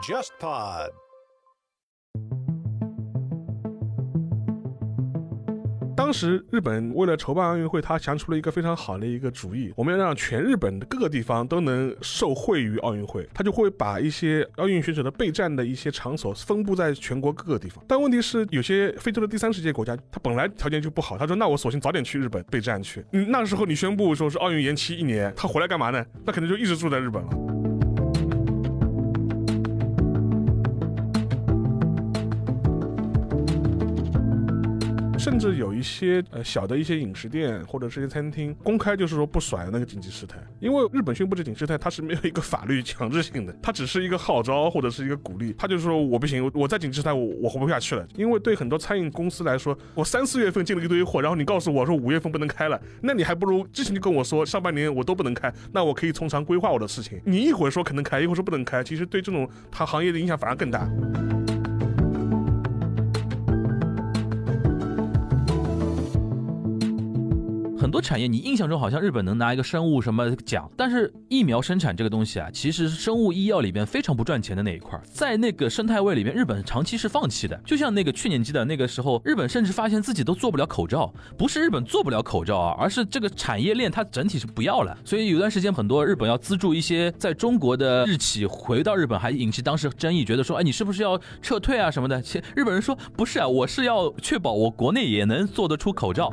JustPod。 当时日本为了筹办奥运会，他想出了一个非常好的一个主意，我们要让全日本的各个地方都能受惠于奥运会，他就会把一些奥运选手的备战的一些场所分布在全国各个地方。但问题是，有些非洲的第三世界国家，他本来条件就不好，他说那我索性早点去日本备战去。那时候你宣布说是奥运延期1年，他回来干嘛呢？那可能就一直住在日本了。甚至有一些小的一些饮食店或者是一些餐厅公开就是说不甩那个紧急事态，因为日本宣布这紧急事态它是没有一个法律强制性的，它只是一个号召或者是一个鼓励，他就说我不行，我在紧急事态我活不下去了。因为对很多餐饮公司来说，我3、4月份进了一堆货，然后你告诉我说5月份不能开了，那你还不如之前就跟我说上半年我都不能开，那我可以从长规划我的事情。你一会儿说可能开，一会儿说不能开，其实对这种它行业的影响反而更大。 很多产业你印象中好像日本能拿一个生物什么奖，但是疫苗生产这个东西啊，其实是生物医药里边非常不赚钱的那一块，在那个生态位里面日本长期是放弃的。就像那个去年记得那个时候，日本甚至发现自己都做不了口罩，不是日本做不了口罩啊，而是这个产业链它整体是不要了。所以有段时间很多日本要资助一些在中国的日企回到日本，还引起当时争议，觉得说你是不是要撤退啊什么的。日本人说不是啊，我是要确保我国内也能做得出口罩。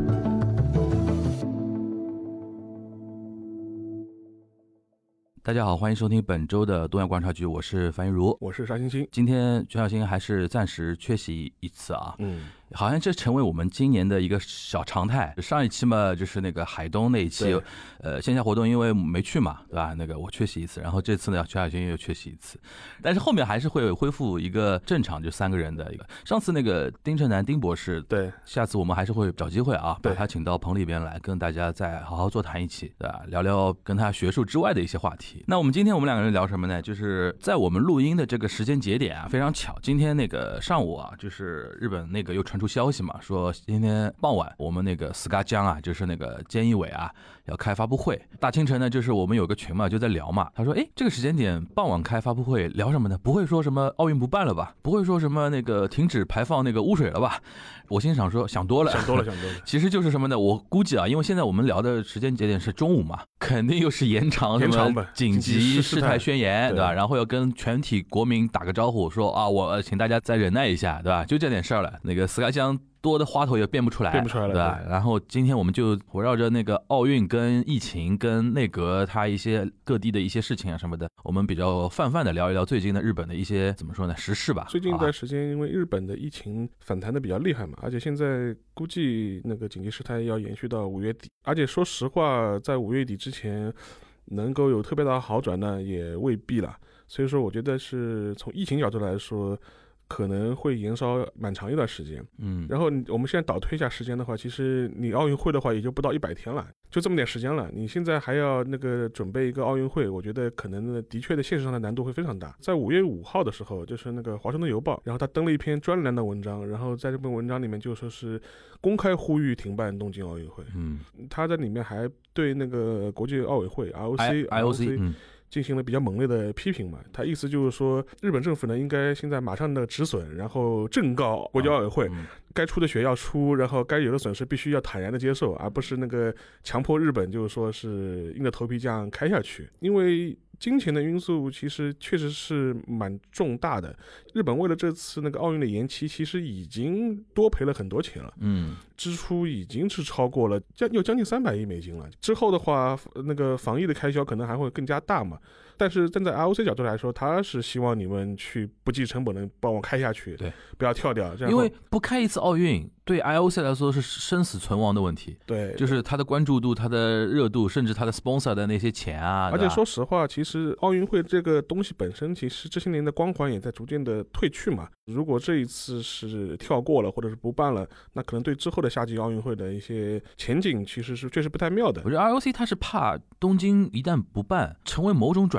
大家好，欢迎收听本周的东亚观察局，我是樊玉茹， 我是沙欣欣。 今天全小新还是暂时缺席一次啊，好像这成为我们今年的一个小常态。上一期嘛，就是那个海东那一期，线下活动因为没去嘛，对吧？那个我缺席一次，然后这次呢，全小新又缺席一次，但是后面还是会恢复一个正常，就3个人的一个。上次那个丁正南丁博士， 对， 下次我们还是会找机会啊，把他请到棚里边来，跟大家再好好座谈一起，对吧？聊聊跟他学术之外的一些话题。那我们今天我们2个人聊什么呢？就是在我们录音的这个时间节点啊，非常巧，今天那个上午啊，就是日本那个又传出消息嘛，说今天傍晚我们那个斯嘎江啊，就是那个菅义伟啊，要开发布会。大清晨呢，就是我们有个群嘛，就在聊嘛。他说，这个时间点傍晚开发布会，聊什么呢？不会说什么奥运不办了吧？不会说什么那个停止排放那个污水了吧？我心想说，想多了。其实就是什么呢？我估计啊，因为现在我们聊的时间节点是中午嘛，肯定又是延长什么紧急事态宣言，对吧？然后要跟全体国民打个招呼，说啊，我请大家再忍耐一下，对吧？就这点事儿了。那个斯嘎江多的花头也变不出来了，对吧？然后今天我们就围绕着那个奥运跟疫情跟内阁它一些各地的一些事情啊什么的，我们比较泛的聊一聊最近的日本的一些怎么说呢时事吧。 最近一段时间因为日本的疫情反弹的比较厉害嘛，而且现在估计那个紧急事态要延续到5月底，而且说实话在5月底之前能够有特别大的好转呢也未必了。所以说我觉得是从疫情角度来说可能会延烧蛮长一段时间。然后我们现在倒推一下时间的话，其实你奥运会的话也就不到100天了，就这么点时间了，你现在还要那个准备一个奥运会，我觉得可能的确的现实上的难度会非常大。在5月5号的时候，就是那个华盛顿邮报，然后他登了一篇专栏的文章，然后在这篇文章里面就说是公开呼吁停办东京奥运会。他在里面还对那个国际奥委会 IOC进行了比较猛烈的批评嘛，他意思就是说，日本政府呢应该现在马上的止损，然后正告国际奥委会，该出的血要出，然后该有的损失必须要坦然的接受，而不是那个强迫日本就是说是硬着头皮这样开下去。因为金钱的因素其实确实是蛮重大的，日本为了这次那个奥运的延期，其实已经多赔了很多钱了，支出已经是超过了将近300亿美金了。之后的话，那个防疫的开销可能还会更加大嘛。但是站在 IOC 角度来说，他是希望你们去不计成本的帮我开下去，对，不要跳掉，这样因为不开一次奥运对 IOC 来说是生死存亡的问题， 对， 就是它的关注度、它的热度，甚至它的 sponsor 的那些钱啊。 而且说实话，其实奥运会这个东西本身，其实这些年的光环也在逐渐的褪去嘛。如果这一次是跳过了，或者是不办了，那可能对之后的夏季奥运会的一些前景，其实是确实不太妙的。 我觉得 IOC 它是怕东京一旦不办，成为某种转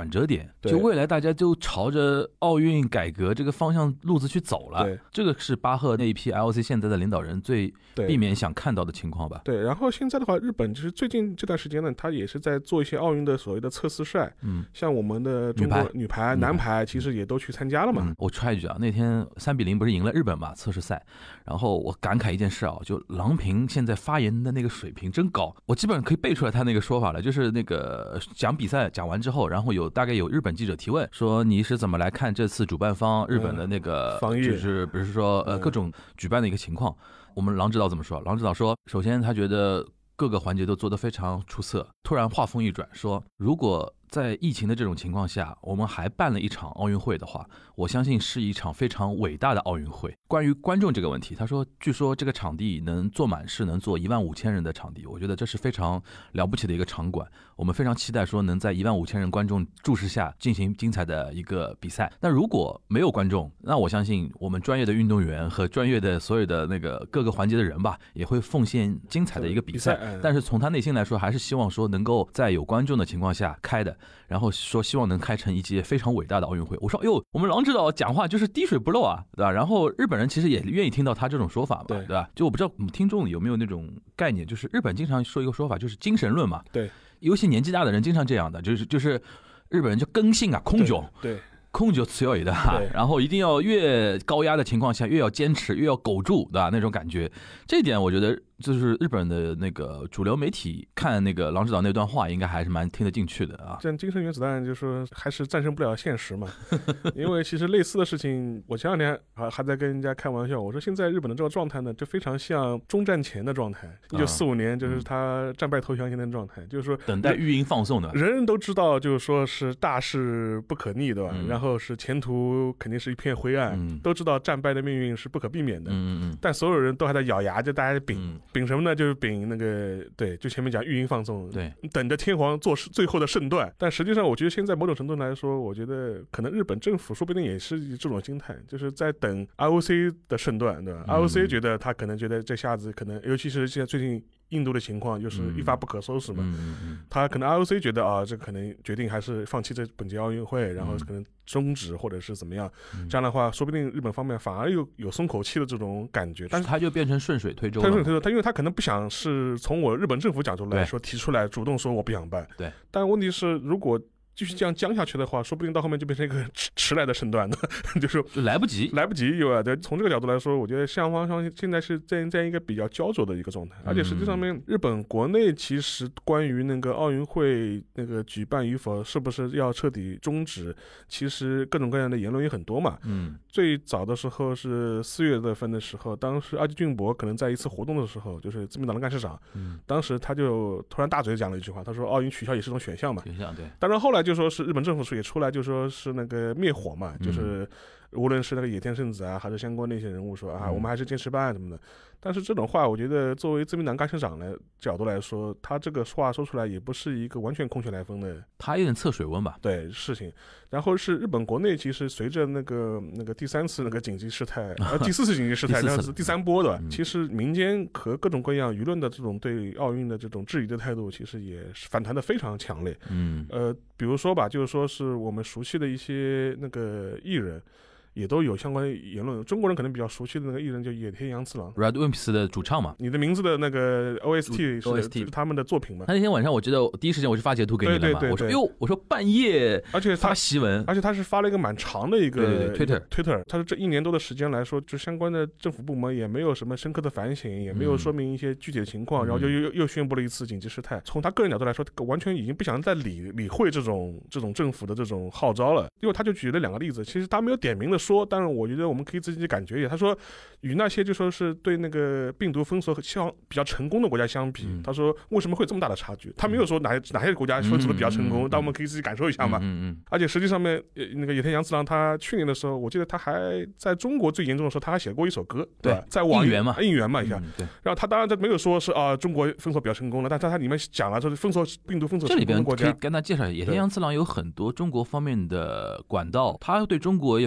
转折点，就未来大家就朝着奥运改革这个方向路子去走了。这个是巴赫那一批 IOC 现在的领导人最避免想看到的情况吧。 对，然后现在的话，日本就是最近这段时间呢，他也是在做一些奥运的所谓的测试赛，像我们的中国女排、男排其实也都去参加了嘛。 我插一句啊，那天3-0不是赢了日本嘛，测试赛，然后我感慨一件事啊，就郎平现在发言的那个水平真高，我基本上可以背出来他那个说法了，就是那个讲比赛讲完之后，然后大概有日本记者提问说你是怎么来看这次主办方日本的那个防疫， 就是比如说各种举办的一个情况。我们郎指导怎么说？郎指导说，首先他觉得各个环节都做得非常出色，突然话锋一转说，如果在疫情的这种情况下，我们还办了一场奥运会的话，我相信是一场非常伟大的奥运会。关于观众这个问题，他说，据说这个场地能坐满是能坐15000人的场地，我觉得这是非常了不起的一个场馆。我们非常期待说能在15000人观众注视下进行精彩的一个比赛。那如果没有观众，那我相信我们专业的运动员和专业的所有的那个各个环节的人吧，也会奉献精彩的一个比赛。但是从他内心来说，还是希望说能够在有观众的情况下开的。然后说希望能开成一届非常伟大的奥运会。我说，哎呦，我们郎指导讲话就是滴水不漏啊，对吧？然后日本人其实也愿意听到他这种说法嘛，对吧？就我不知道我们听众有没有那种概念，就是日本经常说一个说法，就是精神论嘛。 对， 尤其年纪大的人经常这样的，就是日本人就根性啊，空久。 对。 空就強い的，然后一定要越高压的情况下越要坚持，越要苟住，对吧？那种感觉，这一点我觉得就是日本的那个主流媒体看那个郎指导那段话，应该还是蛮听得进去的啊。 像精神原子弹，就是说还是战胜不了现实嘛。因为其实类似的事情，我前两天还在跟人家开玩笑，我说现在日本的这个状态呢，就非常像中战前的状态，1945年就是他战败投降前的状态，就是说等待预音放送的， 人人都知道，就是说是大势不可逆，对吧？然后是前途肯定是一片灰暗，都知道战败的命运是不可避免的，但所有人都还在咬牙，就大家秉什么呢？就是秉那个对，就前面讲预音放送， 对， 等着天皇做最后的圣断。但实际上，我觉得现在某种程度来说，我觉得可能日本政府说不定也是这种心态，就是在等 IOC 的圣断，对吧？IOC 觉得他可能觉得这下子可能，尤其是现在最近印度的情况就是一发不可收拾嘛，他可能 IOC 觉得啊，这可能决定还是放弃这本届奥运会，然后可能终止或者是怎么样，这样的话，说不定日本方面反而有松口气的这种感觉。但是他就变成顺水推舟了。 他因为他可能不想是从我日本政府角度来说提出来，主动说我不想办。 对。 但问题是，如果继续这样僵下去的话，说不定到后面就变成一个迟来的圣断的，就来不及， 有啊。对，从这个角度来说，我觉得双方现在是在一个比较焦灼的一个状态，而且实际上面，日本国内其实关于那个奥运会那个举办与否，是不是要彻底终止，其实各种各样的言论也很多嘛。最早的时候是4月份的时候，当时阿基俊博可能在一次活动的时候，就是自民党的干事长，当时他就突然大嘴讲了一句话，他说奥运取消也是一种选项嘛。 选项对。 当然后来就说是日本政府也出来就说是那个灭火嘛，就是无论是那个野田圣子啊，还是相关的一些人物说啊，我们还是坚持办什么的。但是这种话，我觉得作为自民党干事长的角度来说，他这个话说出来也不是一个完全空穴来风的， 他有点测水温吧。 对事情。然后是日本国内其实随着那个第3次那个紧急事态，第4次紧急事态，然后是第3波的，其实民间和各种各样舆论的这种对奥运的这种质疑的态度，其实也反弹的非常强烈。比如说吧，就是说是我们熟悉的一些那个艺人。也都有相关言论，中国人可能比较熟悉的那个艺人就野田洋次郎 ，Red Wimps 的主唱嘛。 你的名字的那个 OST 是他们的作品嘛？ 那天晚上我记得第一时间我就发截图给你了嘛。我说哟，我说半夜， 而且发檄文， 而且他是发了一个蛮长的一个 Twitter。 他说这1年多的时间来说，就相关的政府部门也没有什么深刻的反省，也没有说明一些具体的情况，然后就又宣布了一次紧急事态。从他个人角度来说，完全已经不想再理会这种政府的这种号召了。因为他就举了2个例子，其实他没有点名的说，但是我觉得我们可以自己感觉一下。他说与那些就说是对那个病毒封锁比较成功的国家相比，他说为什么会有这么大的差距？他没有说哪些国家封锁的比较成功，但我们可以自己感受一下嘛。而且实际上面那个野田洋次郎他去年的时候，我记得他还在中国最严重的时候，他还写过一首歌，对吧？在网应援嘛一下。然后他当然他没有说是中国封锁比较成功了，但他里面讲了说病毒封锁成功的国家。 这里边可以跟他介绍，野田洋次郎有很多中国方面的管道，他对中国也非常关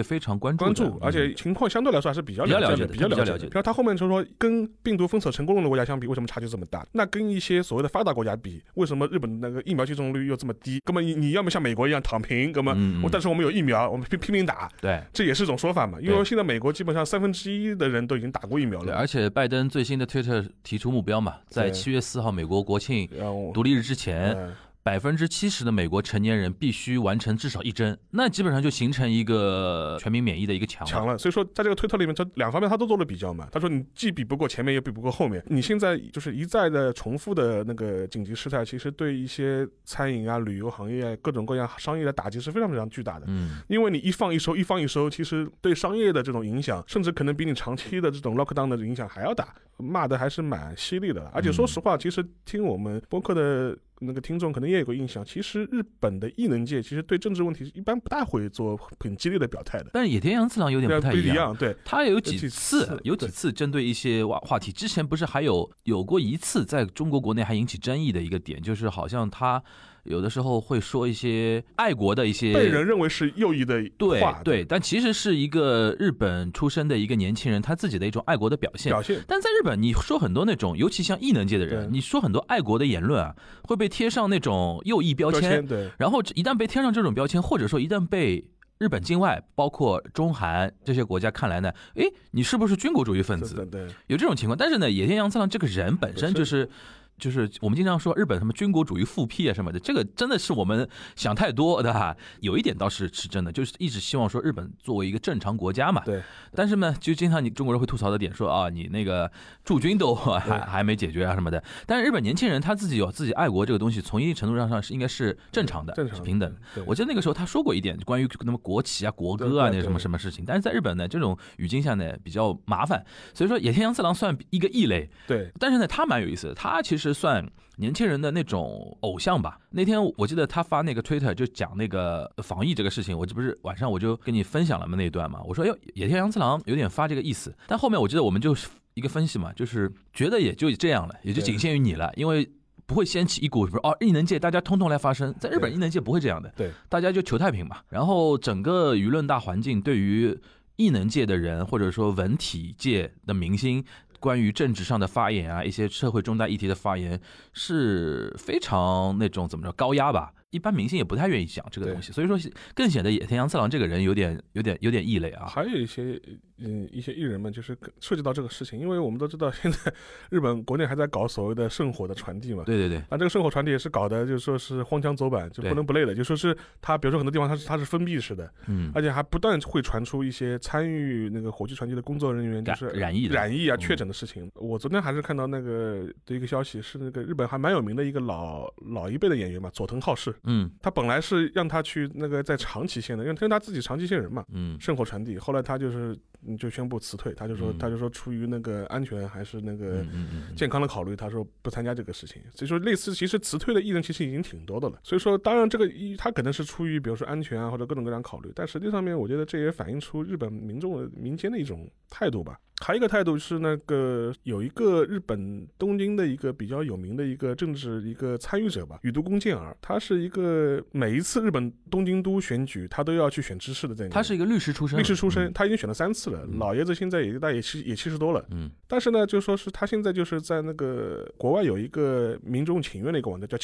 关注，而且情况相对来说还是比较了解的。然后他后面就说，跟病毒封锁成功的国家相比，为什么差距这么大？那跟一些所谓的发达国家比，为什么日本那个疫苗接种率又这么低？根本你要么像美国一样躺平，根本但是我们有疫苗，我们拼命打， 对， 这也是一种说法嘛。因为现在美国基本上1/3的人都已经打过疫苗了， 而且拜登最新的推特提出目标嘛，在7月4号美国国庆独立日之前。70%的美国成年人必须完成至少1针，那基本上就形成一个全民免疫的一个墙了。所以说，在这个推特里面，这两方面他都做了比较嘛。他说你既比不过前面，又比不过后面。你现在就是一再的重复的那个紧急事态，其实对一些餐饮啊、旅游行业啊、各种各样商业的打击是非常非常巨大的。因为你一放一收，其实对商业的这种影响，甚至可能比你长期的这种 lockdown 的影响还要大。骂的还是蛮犀利的，而且说实话，其实听我们播客的那个听众可能也有个印象，其实日本的艺能界其实对政治问题一般不大会做很激烈的表态的。 但是野田洋次郎有点不太一样， 对， 他有几次针对一些话题，之前不是还有过一次在中国国内还引起争议的一个点，就是好像他有的时候会说一些爱国的一些被人认为是右翼的话， 对，但其实是一个日本出身的一个年轻人他自己的一种爱国的表现。但在日本，你说很多那种，尤其像艺能界的人，你说很多爱国的言论啊，会被贴上那种右翼标签。 对， 然后一旦被贴上这种标签，或者说一旦被日本境外包括中韩这些国家看来呢，你是不是军国主义分子？ 对， 有这种情况。但是呢，野田洋次郎这个人本身就是我们经常说日本什么军国主义复辟啊什么的，这个真的是我们想太多的哈。有一点倒是真的，就是一直希望说日本作为一个正常国家嘛。 对。 但是呢，就经常你中国人会吐槽的点说啊，你那个驻军都还没解决啊什么的。但是日本年轻人他自己有自己爱国这个东西，从一定程度上是应该是正常的，是平等的。我记得那个时候他说过一点关于什么国旗啊、国歌啊那什么事情。但是在日本呢，这种语境下呢比较麻烦，所以说野田洋次郎算一个异类。 对。 但是呢，他蛮有意思的，他其实算年轻人的那种偶像吧。那天我记得他发那个 Twitter 就讲那个防疫这个事情，我这不是晚上我就跟你分享了嘛那一段嘛，我说野田洋次郎有点发这个意思，但后面我记得我们就一个分析嘛，就是觉得也就这样了，也就仅限于你了，因为不会掀起一股艺能界大家通通来发声，在日本艺能界不会这样的， 对， 大家就求太平嘛。然后整个舆论大环境对于艺能界的人或者说文体界的明星关于政治上的发言啊，一些社会重大议题的发言是非常那种怎么着高压吧，一般明星也不太愿意讲这个东西，所以说更显得野田洋次郎这个人有点异类啊。 还有一些艺人们就是涉及到这个事情，因为我们都知道现在日本国内还在搞所谓的圣火的传递嘛。 对。 这个圣火传递也是搞的，就是说是荒腔走板，就不伦不类的，就说是他比如说很多地方它是封闭式的，而且还不断会传出一些参与那个火炬传递的工作人员就是染疫啊确诊的事情。我昨天还是看到那个的一个消息，是那个日本还蛮有名的一个老一辈的演员嘛，佐藤浩市。他本来是让他去那个在长崎县的，因为他自己长崎县人嘛。圣火传递，后来他就宣布辞退，他就说出于那个安全还是那个健康的考虑，他说不参加这个事情。所以说类似其实辞退的艺人其实已经挺多的了。所以说当然这个他可能是出于比如说安全啊或者各种各样考虑，但实际上面我觉得这也反映出日本民间的一种态度吧。还有一个态度是那个有一个日本东京的一个比较有名的一个政治一个参与者吧，宇都宫健儿，他是一个每一次日本东京都选举他都要去选知事的这样。 他是一个律师出身， 他已经选了3次了，老爷子现在也70多了。但是呢，就说是他现在就是在那个国外有一个民众请愿的一个网站叫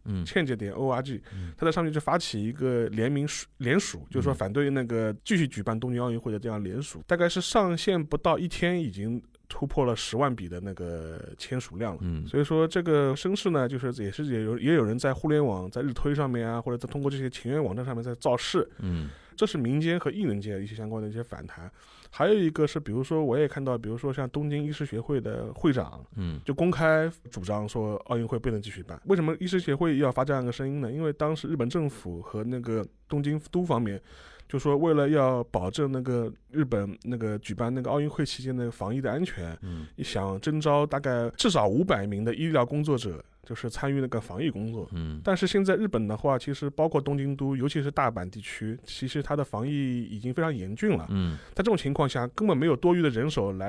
change.org，他在上面就发起一个联署，就是说反对那个继续举办东京奥运会的这样联署，大概是上线不到1天已经突破了10万笔的那个签署量了。所以说这个声势呢，就是也有人在互联网在日推上面啊，或者在通过这些请愿网站上面在造势。这是民间和艺能界一些相关的一些反弹。还有一个是比如说我也看到，比如说像东京医师协会的会长就公开主张说奥运会不能继续办。为什么医师协会要发这样一个声音呢？因为当时日本政府和那个东京都方面就说为了要保证那个日本那个举办那个奥运会期间的防疫的安全，想征召大概至少500名的医疗工作者，就是参与那个防疫工作。但是现在日本的话，其实包括东京都，尤其是大阪地区，其实它的防疫已经非常严峻了。在这种情况下，根本没有多余的人手来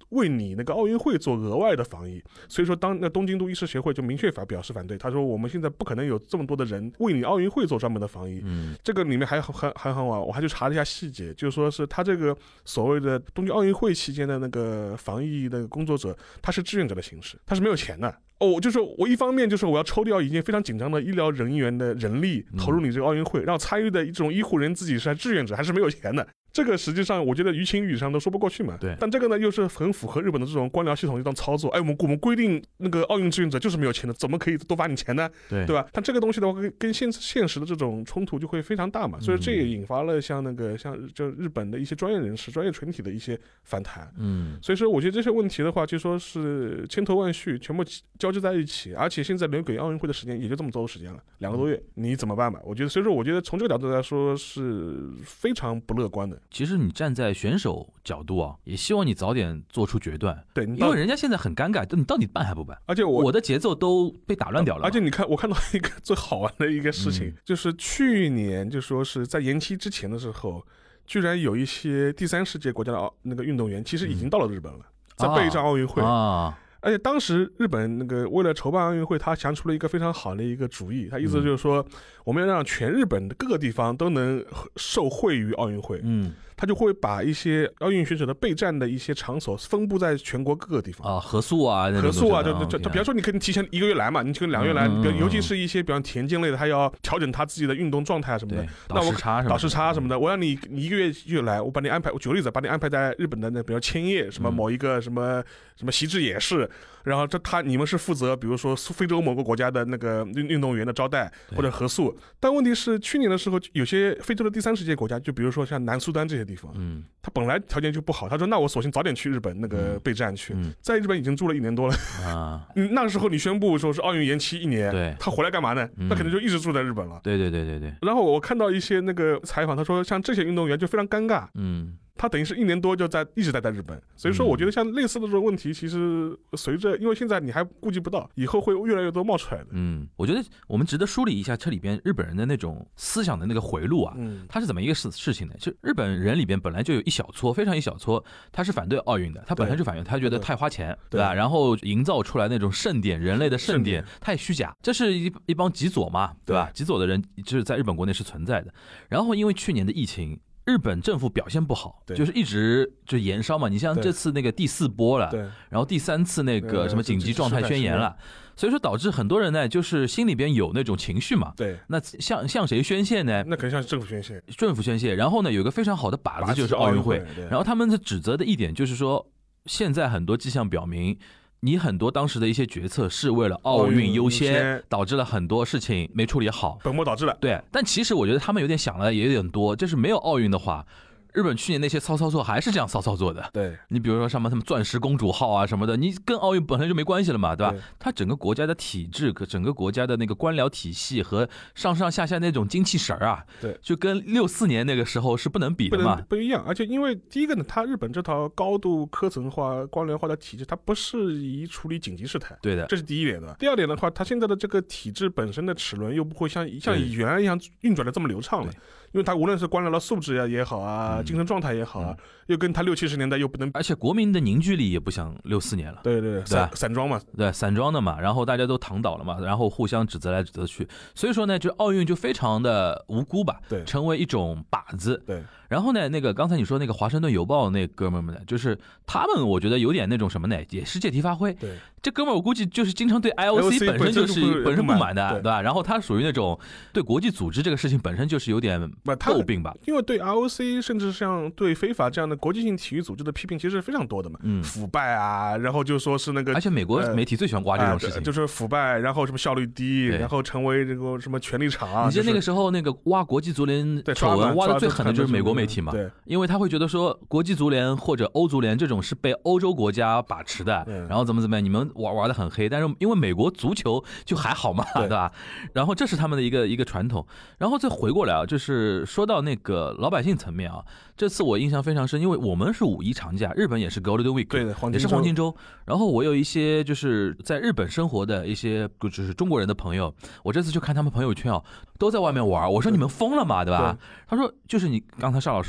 为你那个奥运会做额外的防疫。所以说当那东京都医师协会就明确表示反对，他说我们现在不可能有这么多的人为你奥运会做专门的防疫。这个里面还很好玩，我还去查了一下细节，就是说是他这个所谓的东京奥运会期间的那个防疫的工作者，他是志愿者的形式，他是没有钱的。就是我一方面就是我要抽调已经非常紧张的医疗人员的人力投入你这个奥运会，让参与的这种医护人自己是志愿者，还是没有钱的。这个实际上我觉得于情于理上都说不过去嘛。 对。 但这个呢又是很符合日本的这种官僚系统的一种操作。我们规定那个奥运志愿者就是没有钱的，怎么可以多发你钱呢？对吧？但这个东西的话跟现实的这种冲突就会非常大嘛。所以这也引发了像就日本的一些专业人士、专业群体的一些反弹。所以说我觉得这些问题的话，就说是千头万绪，全部交织在一起，而且现在留给奥运会的时间也就这么多时间了，2个多月，你怎么办吧？所以说我觉得从这个角度来说是非常不乐观的。 其实你站在选手角度啊，也希望你早点做出决断。 对， 因为人家现在很尴尬，你到底办还不办？ 而且我的节奏都被打乱掉了。 而且你看，我看到一个最好玩的一个事情，就是去年就说是在延期之前的时候，居然有一些第3世界国家的那个运动员，其实已经到了日本了，在备战奥运会。而且当时日本那个为了筹办奥运会，他想出了一个非常好的一个主意，他意思就是说，我们要让全日本的各个地方都能受惠于奥运会。他就会把一些奥运选手的备战的一些场所分布在全国各个地方合宿啊， 就比方说你可以提前1个月来嘛，你可以2个月来，尤其是一些比方田径类的，他要调整他自己的运动状态啊什么的， 倒时差什么的，我让你1个月来，我把你安排，我举个例子，把你安排在日本的比如千叶什么某一个什么习志野市，然后你们是负责比如说非洲某个国家的那个运动员的招待或者合宿，但问题是去年的时候，有些非洲的第3世界国家，就比如说像南苏丹这些地方，他本来条件就不好，他说那我索性早点去日本那个备战去，在日本已经住了1年多了那时候你宣布说是奥运延期1年， 对， 他回来干嘛呢？那可能就一直住在日本了。 对。 然后我看到一些那个采访，他说像这些运动员就非常尴尬，他等于是1年多就一直待在日本，所以说我觉得像类似的这种问题，其实随着因为现在你还估计不到，以后会越来越多冒出来的。 我觉得我们值得梳理一下这里边日本人的那种思想的那个回路啊，它是怎么一个事情呢？就日本人里边本来就有一小撮，非常一小撮，他是反对奥运的，他本身就反对，他觉得太花钱，对吧？然后营造出来那种盛典，人类的盛典太虚假，这是一帮极左嘛，对吧？极左的人就是在日本国内是存在的。然后因为去年的疫情，日本政府表现不好，就是一直就延烧嘛。你像这次那个第4波了，然后第3次那个什么紧急状态宣言了，所以说导致很多人呢，就是心里边有那种情绪嘛。 对， 那向谁宣泄呢？ 那肯定向政府宣泄。 然后呢，有一个非常好的靶子就是奥运会。然后他们指责的一点就是说，现在很多迹象表明，你很多当时的一些决策是为了奥运优先，导致了很多事情没处理好， 本末倒置了。 对，但其实我觉得他们有点想了也有点多，就是没有奥运的话，日本去年那些操作还是这样操作的。 对， 你比如说什么钻石公主号啊什么的，你跟奥运本身就没关系了嘛，对吧？它整个国家的体制，整个国家的那个官僚体系和上上下下那种精气神啊， 对， 就跟64年那个时候是不能比的嘛， 不一样。而且因为第一个呢，它日本这套高度科层化、官僚化的体制，它不适宜处理紧急事态。 对的， 这是第一点的。第二点的话，它现在的这个体制本身的齿轮又不会像原来一样运转的这么流畅了。因为他无论是官僚的素质也好啊，精神状态也好啊，又跟他60、70年代又不能， 而且国民的凝聚力也不像64年了。 对，散装嘛， 对，散装的嘛，然后大家都躺倒了嘛，然后互相指责来指责去，所以说呢，就奥运就非常的无辜吧， 对， 成为一种靶子。 对， 然后呢，那个刚才你说那个华盛顿邮报那哥们们呢，就是他们，我觉得有点那种什么呢，也是借题发挥。 对， 这哥们我估计就是经常对 IOC 本身不满的，对吧？然后他属于那种对国际组织这个事情本身就是有点诟病吧。 因为对 ROC 甚至像对非法这样的国际性体育组织的批评其实是非常多的嘛，腐败啊，然后就说是那个， 而且美国媒体最喜欢刮这种事情， 就是腐败，然后什么效率低，然后成为这个什么权力场啊。 你记得那个时候那个挖国际足联丑闻挖的最狠的就是美国媒体嘛， 对， 因为他会觉得说国际足联或者欧足联这种是被欧洲国家把持的，然后怎么样，你们玩的很黑，但是因为美国足球就还好嘛，对吧？然后这是他们的一个传统，然后再回过来啊，就是说到那个老百姓层面啊，这次我印象非常深，因为我们是5一长假，日本也是 Golden Week， 对的， 也是黄金周。然后我有一些就是在日本生活的一些就是中国人的朋友，我这次就看他们朋友圈啊，都在外面玩。我说你们疯了嘛，对吧？他说就是你刚才邵老师说的，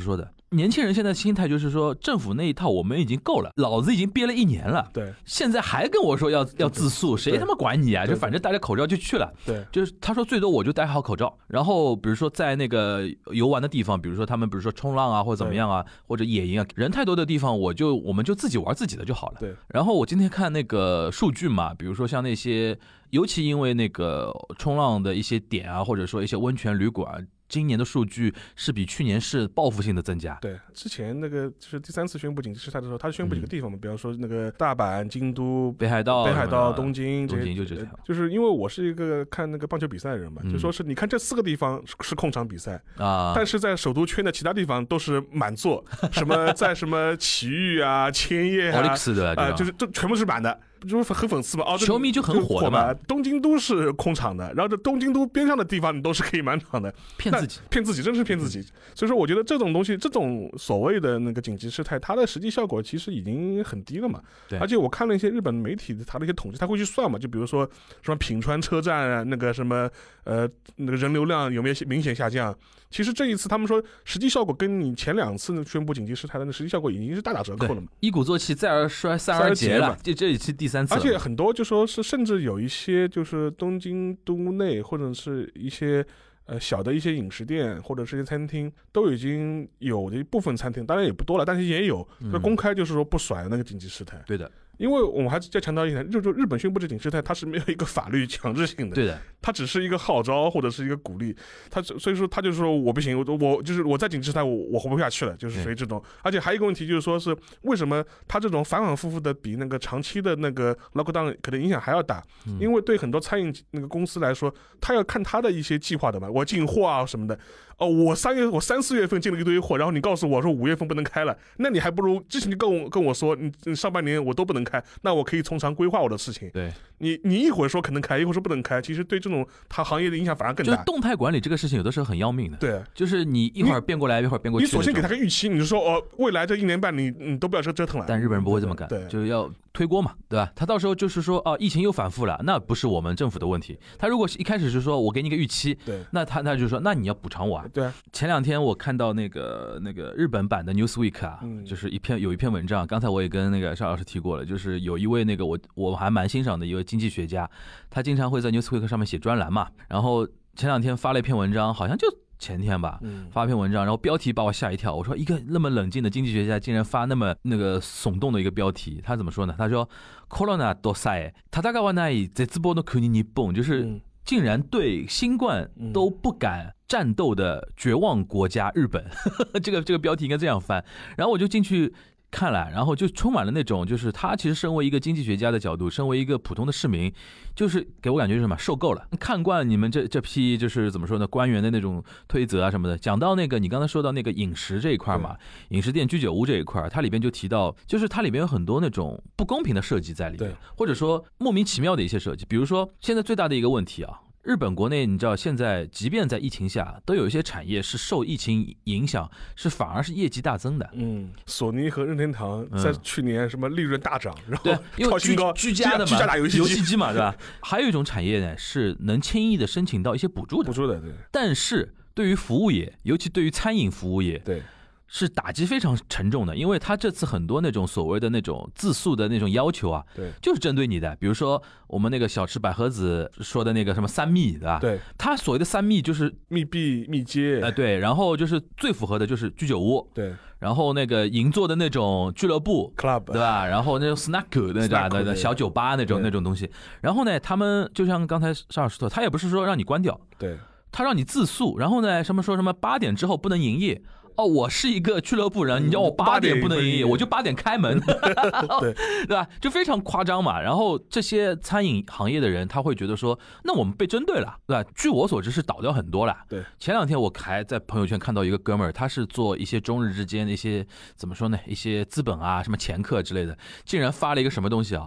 年轻人现在心态就是说，政府那一套我们已经够了，老子已经憋了1年了， 对， 现在还跟我说要自诉，谁他妈管你啊？就反正戴着口罩就去了， 对， 就是他说最多我就戴好口罩，然后比如说在那个游玩的地方，比如说他们比如说冲浪啊或者怎么样啊，或者野营啊，人太多的地方我们就自己玩自己的就好了。 对， 然后我今天看那个数据嘛，比如说像那些，尤其因为那个冲浪的一些点啊，或者说一些温泉旅馆，今年的数据是比去年是报复性的增加。 对，之前那个就是第3次宣布紧急事态的时候，他宣布几个地方嘛，比方说那个大阪、京都、 北海道、 东京这些， 就这条。 就是因为我是一个看那个棒球比赛的人嘛，就说是你看这4个地方是控场比赛啊，但是在首都圈的其他地方都是满座，什么在什么埼玉啊、千叶啊，就是这全部是满的。就是很讽刺嘛， 球迷就很火的嘛。 东京都是空场的，然后这东京都边上的地方你都是可以满场的，骗自己，真是骗自己。所以说，我觉得这种东西，这种所谓的那个紧急事态，它的实际效果其实已经很低了嘛。 对。 而且我看了一些日本媒体它的一些统计，他会去算嘛，就比如说什么品川车站那个什么那个人流量有没有明显下降。其实这一次他们说实际效果跟你前2次宣布紧急事态的那实际效果已经是大打折扣了嘛。 一鼓作气，再而衰，三而竭了。这一期第3次。 而且很多就说是，甚至有一些就是东京都内或者是一些小的一些饮食店或者是一些餐厅，都已经有的一部分餐厅，当然也不多了，但是也有公开就是说不甩那个紧急事态。 对的。 因为我们还是再强调一点，就日本宣布这紧急事态，它是没有一个法律强制性的， 对的， 它只是一个号召或者是一个鼓励，所以说他就是说我不行，我就是我在紧急事态我活不下去了，就是属于这种。而且还有一个问题就是说是为什么他这种反反复复的比那个长期的那个 lockdown 可能影响还要大？因为对很多餐饮那个公司来说，他要看他的一些计划的嘛，我进货啊什么的。我3、4月份进了一堆货，然后你告诉我说5月份不能开了，那你还不如之前就跟我说你上半年我都不能开，那我可以从长规划我的事情。 对， 你一会儿说可能开，一会儿说不能开，其实对这种它行业的影响反而更大。 就是动态管理这个事情有的时候很要命的。 对， 就是你一会儿变过来，一会儿变过去。 你索性给他个预期，你就说未来这1年半你都不要折腾了。 但日本人不会这么干， 对， 就是要推锅嘛，对吧？他到时候就是说疫情又反复了，那不是我们政府的问题。他如果一开始就说我给你个预期， 对， 那他就说那你要补偿我啊。 对， 前2天我看到那个日本版的 Newsweek 啊，就是有一篇文章，刚才我也跟那个邵老师提过了，就是有一位那个我还蛮欣赏的一位经济学家，他经常会在 Newsweek 上面写专栏嘛，然后前2天发了一篇文章，好像就前天吧，发一篇文章，然后标题把我吓一跳。我说一个那么冷静的经济学家竟然发那么那个耸动的一个标题，他怎么说呢？他说 Corona どさえ戦わない絶望の国日本，就是竟然对新冠都不敢战斗的绝望国家日本，这个标题应该这样翻。然后我就进去看了，然后就充满了那种，就是他其实身为一个经济学家的角度，身为一个普通的市民，就是给我感觉是什么，受够了，看惯你们这批就是怎么说呢，官员的那种推责啊什么的。讲到那个你刚才说到那个饮食这一块嘛，饮食店居酒屋这一块，它里边就提到，就是它里边有很多那种不公平的设计在里面，或者说莫名其妙的一些设计。比如说现在最大的一个问题啊，日本国内你知道现在即便在疫情下，都有一些产业是受疫情影响，是反而是业绩大增的。 索尼和任天堂在去年什么利润大涨，然后超新高， 居家的嘛， 居家打游戏机嘛，对吧？还有一种产业呢，是能轻易的申请到一些补助的， 对。 但是对于服务业，尤其对于餐饮服务业， 对。 是打击非常沉重的，因为他这次很多那种所谓的那种自诉的那种要求啊， 对， 就是针对你的。比如说我们那个小吃百合子说的那个什么3密，对吧？ 对， 他所谓的3密就是密闭、密接， 对，然后就是最符合的就是居酒屋， 对， 然后那个银座的那种俱乐部 club， 对吧？然后那种 snack 那种小酒吧那种东西。然后呢，他们就像刚才邵老师说，他也不是说让你关掉， 对， 他让你自诉。然后呢，什么说什么8点之后不能营业。我是一个俱乐部人，你叫我8点不能营业，我就8点开门，对吧？就非常夸张嘛。然后这些餐饮行业的人，他会觉得说，那我们被针对了，对吧？据我所知是倒掉很多了。 对， 前2天我还在朋友圈看到一个哥们儿，他是做一些中日之间的一些怎么说呢，一些资本啊，什么掮客之类的，竟然发了一个什么东西啊？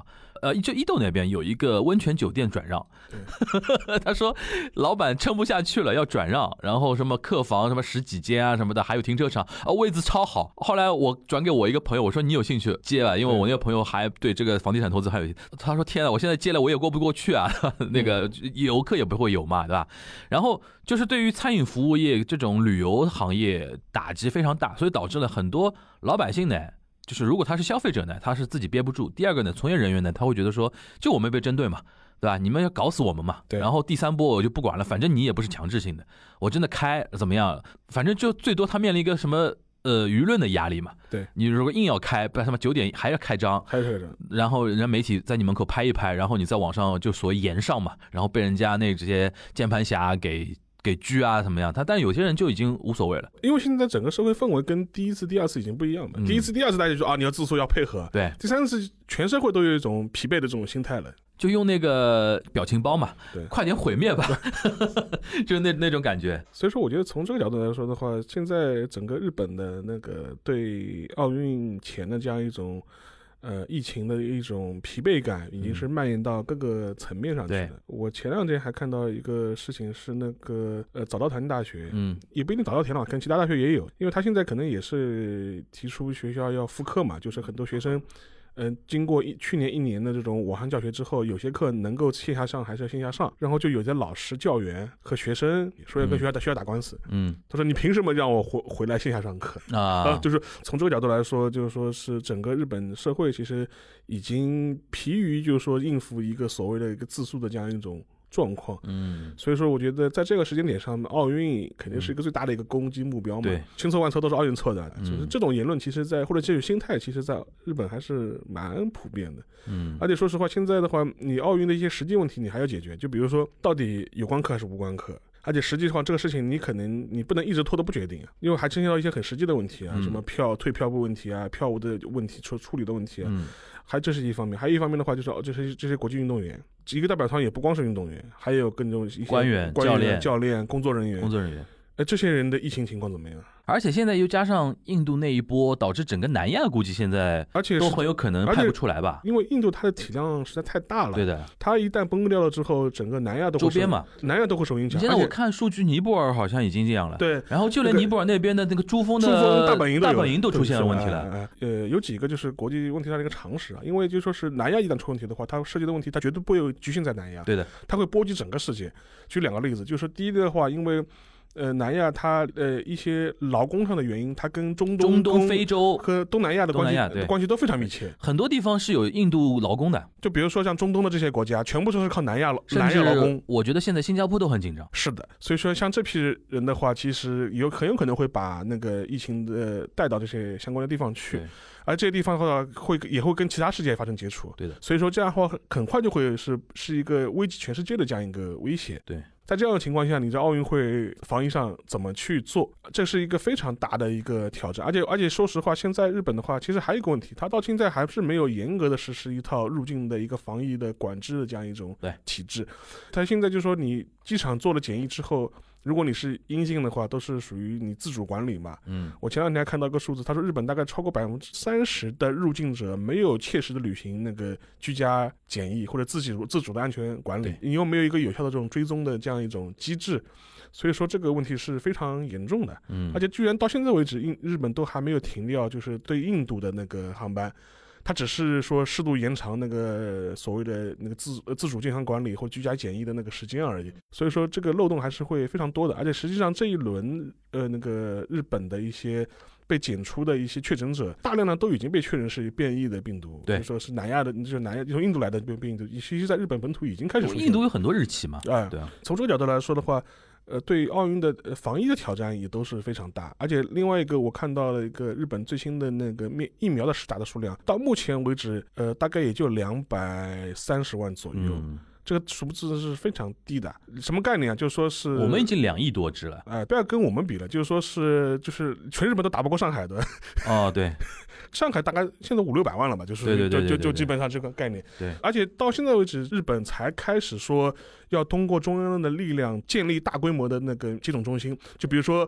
就伊豆那边有一个温泉酒店转让，他说老板撑不下去了要转让，然后什么客房什么10几间啊什么的，还有停车场位子超好。后来我转给我一个朋友，我说你有兴趣接吧，因为我那个朋友还对这个房地产投资还有，他说天啊，我现在接了我也过不过去啊，那个游客也不会有嘛，对吧？然后就是对于餐饮服务业这种旅游行业打击非常大，所以导致了很多老百姓呢，就是如果他是消费者呢，他是自己憋不住；第二个呢，从业人员呢，他会觉得说，就我们被针对嘛，对吧？你们要搞死我们嘛。然后第三波我就不管了，反正你也不是强制性的，我真的开怎么样？反正就最多他面临一个什么舆论的压力嘛。 对， 你如果硬要开，不然他妈9点还要开张，然后人家媒体在你门口拍一拍，然后你在网上就所谓言上嘛，然后被人家这些键盘侠给拘啊，怎么样？但有些人就已经无所谓了， 因为现在整个社会氛围跟第一次、第二次已经不一样了。第一次、第二次大家就说你要自诉要配合， 对。 第三次全社会都有一种疲惫的这种心态了， 就用那个表情包嘛， 对， 快点毁灭吧，就是那种感觉。 所以说，我觉得从这个角度来说的话，现在整个日本的那个对奥运前的这样一种。疫情的一种疲惫感已经是蔓延到各个层面上去了。我前2天还看到一个事情是那个早稻田大学，也不一定早稻田了，跟其他大学也有，因为他现在可能也是提出学校要复课嘛，就是很多学生。经过去年1年的这种网上教学之后，有些课能够线下上还是要线下上，然后就有些老师、教员和学生说要跟学校打官司。他说你凭什么让我回来线下上课啊？就是从这个角度来说，就是说是整个日本社会其实已经疲于就是说应付一个所谓的一个自诉的这样一种状况。所以说我觉得在这个时间点上，奥运肯定是一个最大的一个攻击目标嘛。对，千错万错都是奥运错的。就是这种言论，其实或者这种心态，其实在日本还是蛮普遍的。而且说实话，现在的话，你奥运的一些实际问题，你还要解决。就比如说，到底有关课还是无关课？而且实际上这个事情你不能一直拖都不决定啊，因为还牵扯到一些很实际的问题啊，什么退票不问题啊，票务的问题处理的问题啊。这是一方面，还有一方面的话就是这些国际运动员，一个代表团也不光是运动员，还有更多一些官员、 教练、工作人员。这些人的疫情情况怎么样？ 而且现在又加上印度那一波，导致整个南亚估计现在都很有可能派不出来吧？ 因为印度它的体量实在太大了。 对的， 它一旦崩掉了之后，整个南亚都会周边嘛， 南亚都会受影响。 现在我看数据，尼泊尔好像已经这样了。 对， 然后就连尼泊尔那边的那个珠峰大本营都出现了问题了。 有几个就是国际问题上的一个常识啊，因为就说是南亚一旦出问题的话，它涉及的问题它绝对不会局限在南亚。 对的， 它会波及整个世界。举2个例子，就是第一个的话，因为南亚它一些劳工上的原因，它跟中东、 非洲和东南亚的关系都非常密切。 很多地方是有印度劳工的， 就比如说像中东的这些国家，全部都是靠南亚劳工。 我觉得现在新加坡都很紧张。 是的，所以说像这批人的话，其实很有可能会把那个疫情带到这些相关的地方去。而这些地方的话，也会跟其他世界发生接触。 对的， 所以说这样的话，很快就会是一个危及全世界的这样一个威胁。 对。 在这样的情况下，你在奥运会防疫上怎么去做？这是一个非常大的一个挑战。而且说实话，现在日本的话，其实还有一个问题，它到现在还是没有严格的实施一套入境的一个防疫的管制的这样一种体制。它现在就说你机场做了检疫之后，如果你是阴性的话，都是属于你自主管理嘛。我前2天还看到一个数字，他说日本大概超过30%的入境者没有切实的履行那个居家检疫或者自主的安全管理，你又没有一个有效的这种追踪的这样一种机制，所以说这个问题是非常严重的。而且居然到现在为止，日本都还没有停掉就是对印度的那个航班。它只是说适度延长那个所谓的那个自主健康管理或居家检疫的那个时间而已，所以说这个漏洞还是会非常多的。而且实际上这一轮那个日本的一些被检出的一些确诊者，大量的都已经被确认是变异的病毒，对，就说是南亚的，就是从印度来的病毒，其实在日本本土已经开始出现。 印度有很多日期嘛，对啊。 从这个角度来说的话，对奥运的防疫的挑战也都是非常大。而且另外一个我看到了一个日本最新的那个疫苗的施打的数量，到目前为止大概也就230万左右。这个数字是非常低的，什么概念啊？就是说是我们已经2亿多只了， 不要跟我们比了，就是说就是全日本都打不过上海的。 对， 上海大概现在500-600万了吧，就是就基本上这个概念。 对， 而且到现在为止，日本才开始说要通过中央的力量建立大规模的那个接种中心，就比如说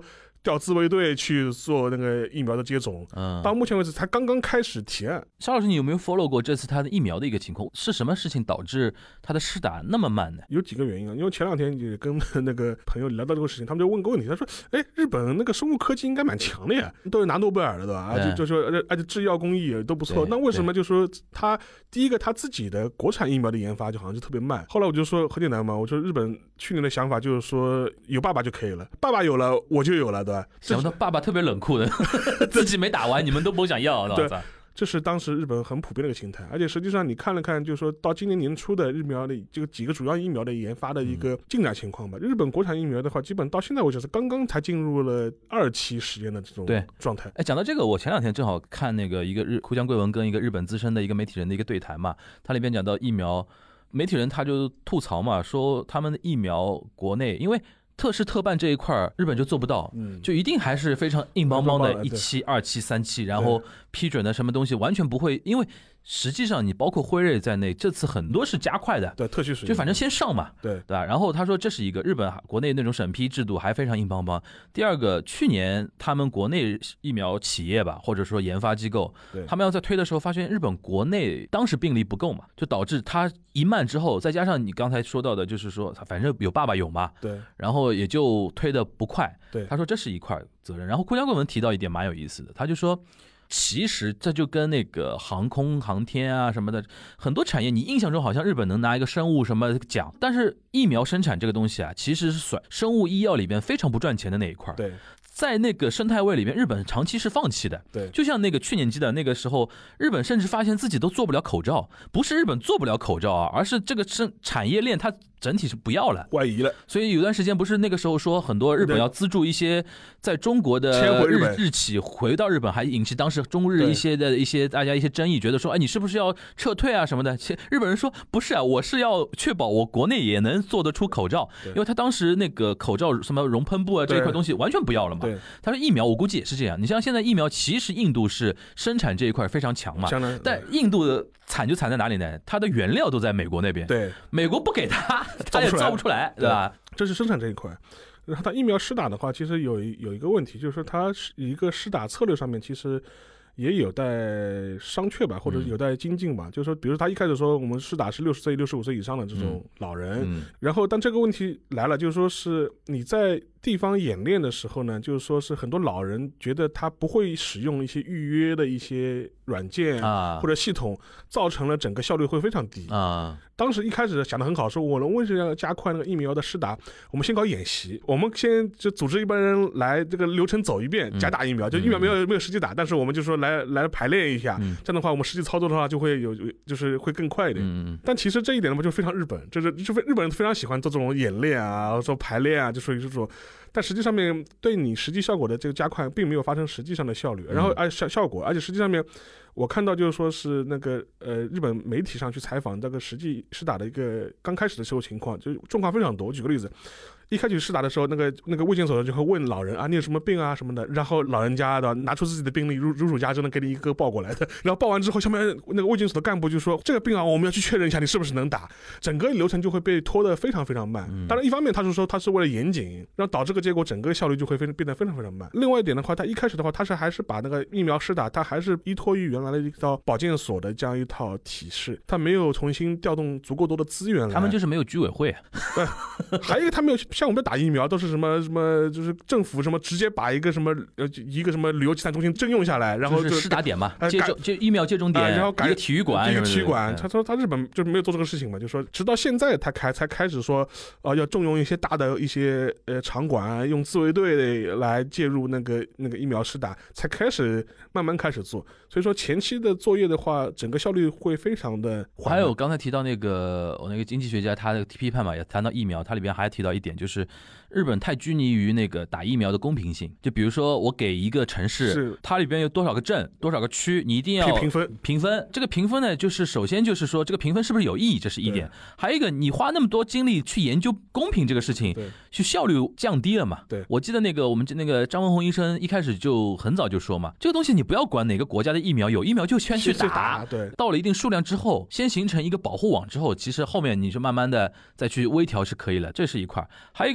调自卫队去做那个疫苗的接种，到目前为止才刚刚开始提案。 肖老师，你有没有 follow 过这次他的疫苗的一个情况？是什么事情导致他的施打那么慢呢？ 有几个原因啊，因为前2天也跟那个朋友聊到这个事情，他们就问个问题，他说：“哎，日本那个生物科技应该蛮强的呀，都是拿诺贝尔的，对吧？就说而且制药工艺也都不错，那为什么就说他第一个他自己的国产疫苗的研发就好像就特别慢？后来我就说很简单嘛，我说日本去年的想法就是说有爸爸就可以了，爸爸有了我就有了，对吧？ 想不到爸爸特别冷酷的，自己没打完，你们都不想要， 对。这是当时日本很普遍的一个心态，而且实际上你看了看，就是说到今年年初的疫苗的这个几个主要疫苗的研发的一个进展情况吧。日本国产疫苗的话，基本到现在为止是刚刚才进入了2期实验的这种状态。 讲到这个，我前2天正好看那个一个户江贵文跟一个日本资深的一个媒体人的一个对谈嘛，他里边讲到疫苗，媒体人他就吐槽嘛，说他们的疫苗国内因为特事特办这一块日本就做不到，就一定还是非常硬邦邦的1期、2期、3期，然后批准的什么东西完全不会，因为实际上你包括辉瑞在内，这次很多是加快的， 对特许使用， 就反正先上嘛， 对吧？然后他说这是一个日本国内那种审批制度还非常硬邦邦。第二个，去年他们国内疫苗企业吧，或者说研发机构，他们要在推的时候发现日本国内当时病例不够嘛，就导致它一慢之后，再加上你刚才说到的，就是说反正有爸爸有嘛， 对， 然后也就推得不快， 对， 他说这是一块责任。然后顾江贵文提到一点蛮有意思的，他就说其实这就跟那个航空航天啊什么的很多产业，你印象中好像日本能拿一个生物什么奖，但是疫苗生产这个东西啊，其实是算生物医药里边非常不赚钱的那一块。 对， 在那个生态位里面，日本长期是放弃的。 对， 就像那个去年记得那个时候，日本甚至发现自己都做不了口罩，不是日本做不了口罩啊，而是这个产业链它整体是不要了， 外移了。 所以有段时间不是那个时候说很多日本要资助一些在中国的日企回到日本，还引起当时中日一些大家一些争议，觉得说，哎，你是不是要撤退啊什么的？日本人说不是啊，我是要确保我国内也能做得出口罩，因为他当时那个口罩什么熔喷布啊这一块东西完全不要了嘛。他说疫苗我估计也是这样，你像现在疫苗其实印度是生产这一块非常强嘛，但印度的惨就惨在哪里呢？它的原料都在美国那边， 对， 美国不给他也造不出来，对吧？ 这是生产这一块。然后它疫苗施打的话，其实有一个问题，就是说它一个施打策略上面其实也有待商榷吧，或者有待精进吧。就是说，比如他一开始说我们施打是60岁、65岁以上的这种老人，然后但这个问题来了，就是说是你在地方演练的时候呢，就是说是很多老人觉得他不会使用一些预约的一些软件或者系统，造成了整个效率会非常低啊。当时一开始想得很好，说我们为什么要加快那个疫苗的施打？我们先搞演习，我们先就组织一帮人来这个流程走一遍，假打疫苗，就疫苗没有实际打，但是我们就说来排练一下，这样的话我们实际操作的话就会就是会更快一点。但其实这一点呢，就非常日本，就是日本人非常喜欢做这种演练啊，做排练啊，就属于这种。但实际上面对你实际效果的这个加快，并没有发生实际上的效率，然后效果，而且实际上面，我看到就是说是那个日本媒体上去采访这个实际施打的一个刚开始的时候情况，就状况非常多。我举个例子。一开始施打的时候，那个卫健所就会问老人啊，你有什么病啊什么的，然后老人家的拿出自己的病历，如数家珍的给你一个报过来的，然后报完之后，下面那个卫健所的干部就说这个病啊，我们要去确认一下你是不是能打，整个流程就会被拖得非常非常慢。当然，一方面他是说他是为了严谨，然后导致这个结果整个效率就会变得非常非常慢。另外一点的话，他一开始的话，他还是把那个疫苗施打，他还是依托于原来的一套保健所的这样一套体系，他没有重新调动足够多的资源来。 他们就是没有居委会， 还有一个他没有像我们打疫苗都是什么，就是政府什么直接把一个什么旅游集散中心征用下来，然后就是施打点嘛，疫苗接种点， 然后改一个体育馆， 他说他日本就没有做这个事情嘛，就说直到现在他才开始说要重用一些大的一些场馆，用自卫队来介入那个疫苗施打，才慢慢开始做。所以说前期的作业的话，整个效率会非常的缓慢。 还有刚才提到那个我那个经济学家他的批判嘛，也谈到疫苗，他里边还提到一点，就是日本太拘泥于那个打疫苗的公平性。就比如说我给一个城市，它里边有多少个镇、多少个区，你一定要评分。这个评分呢，就是首先就是说这个评分是不是有意义，这是一点。还有一个，你花那么多精力去研究公平这个事情，就效率降低了嘛。 对， 我记得我们那个张文宏医生一开始就很早就说嘛，这个东西你不要管哪个国家的疫苗，有疫苗就先去打。 对， 到了一定数量之后，先形成一个保护网之后，其实后面你就慢慢的再去微调是可以了，这是一块。还有一个呢，就是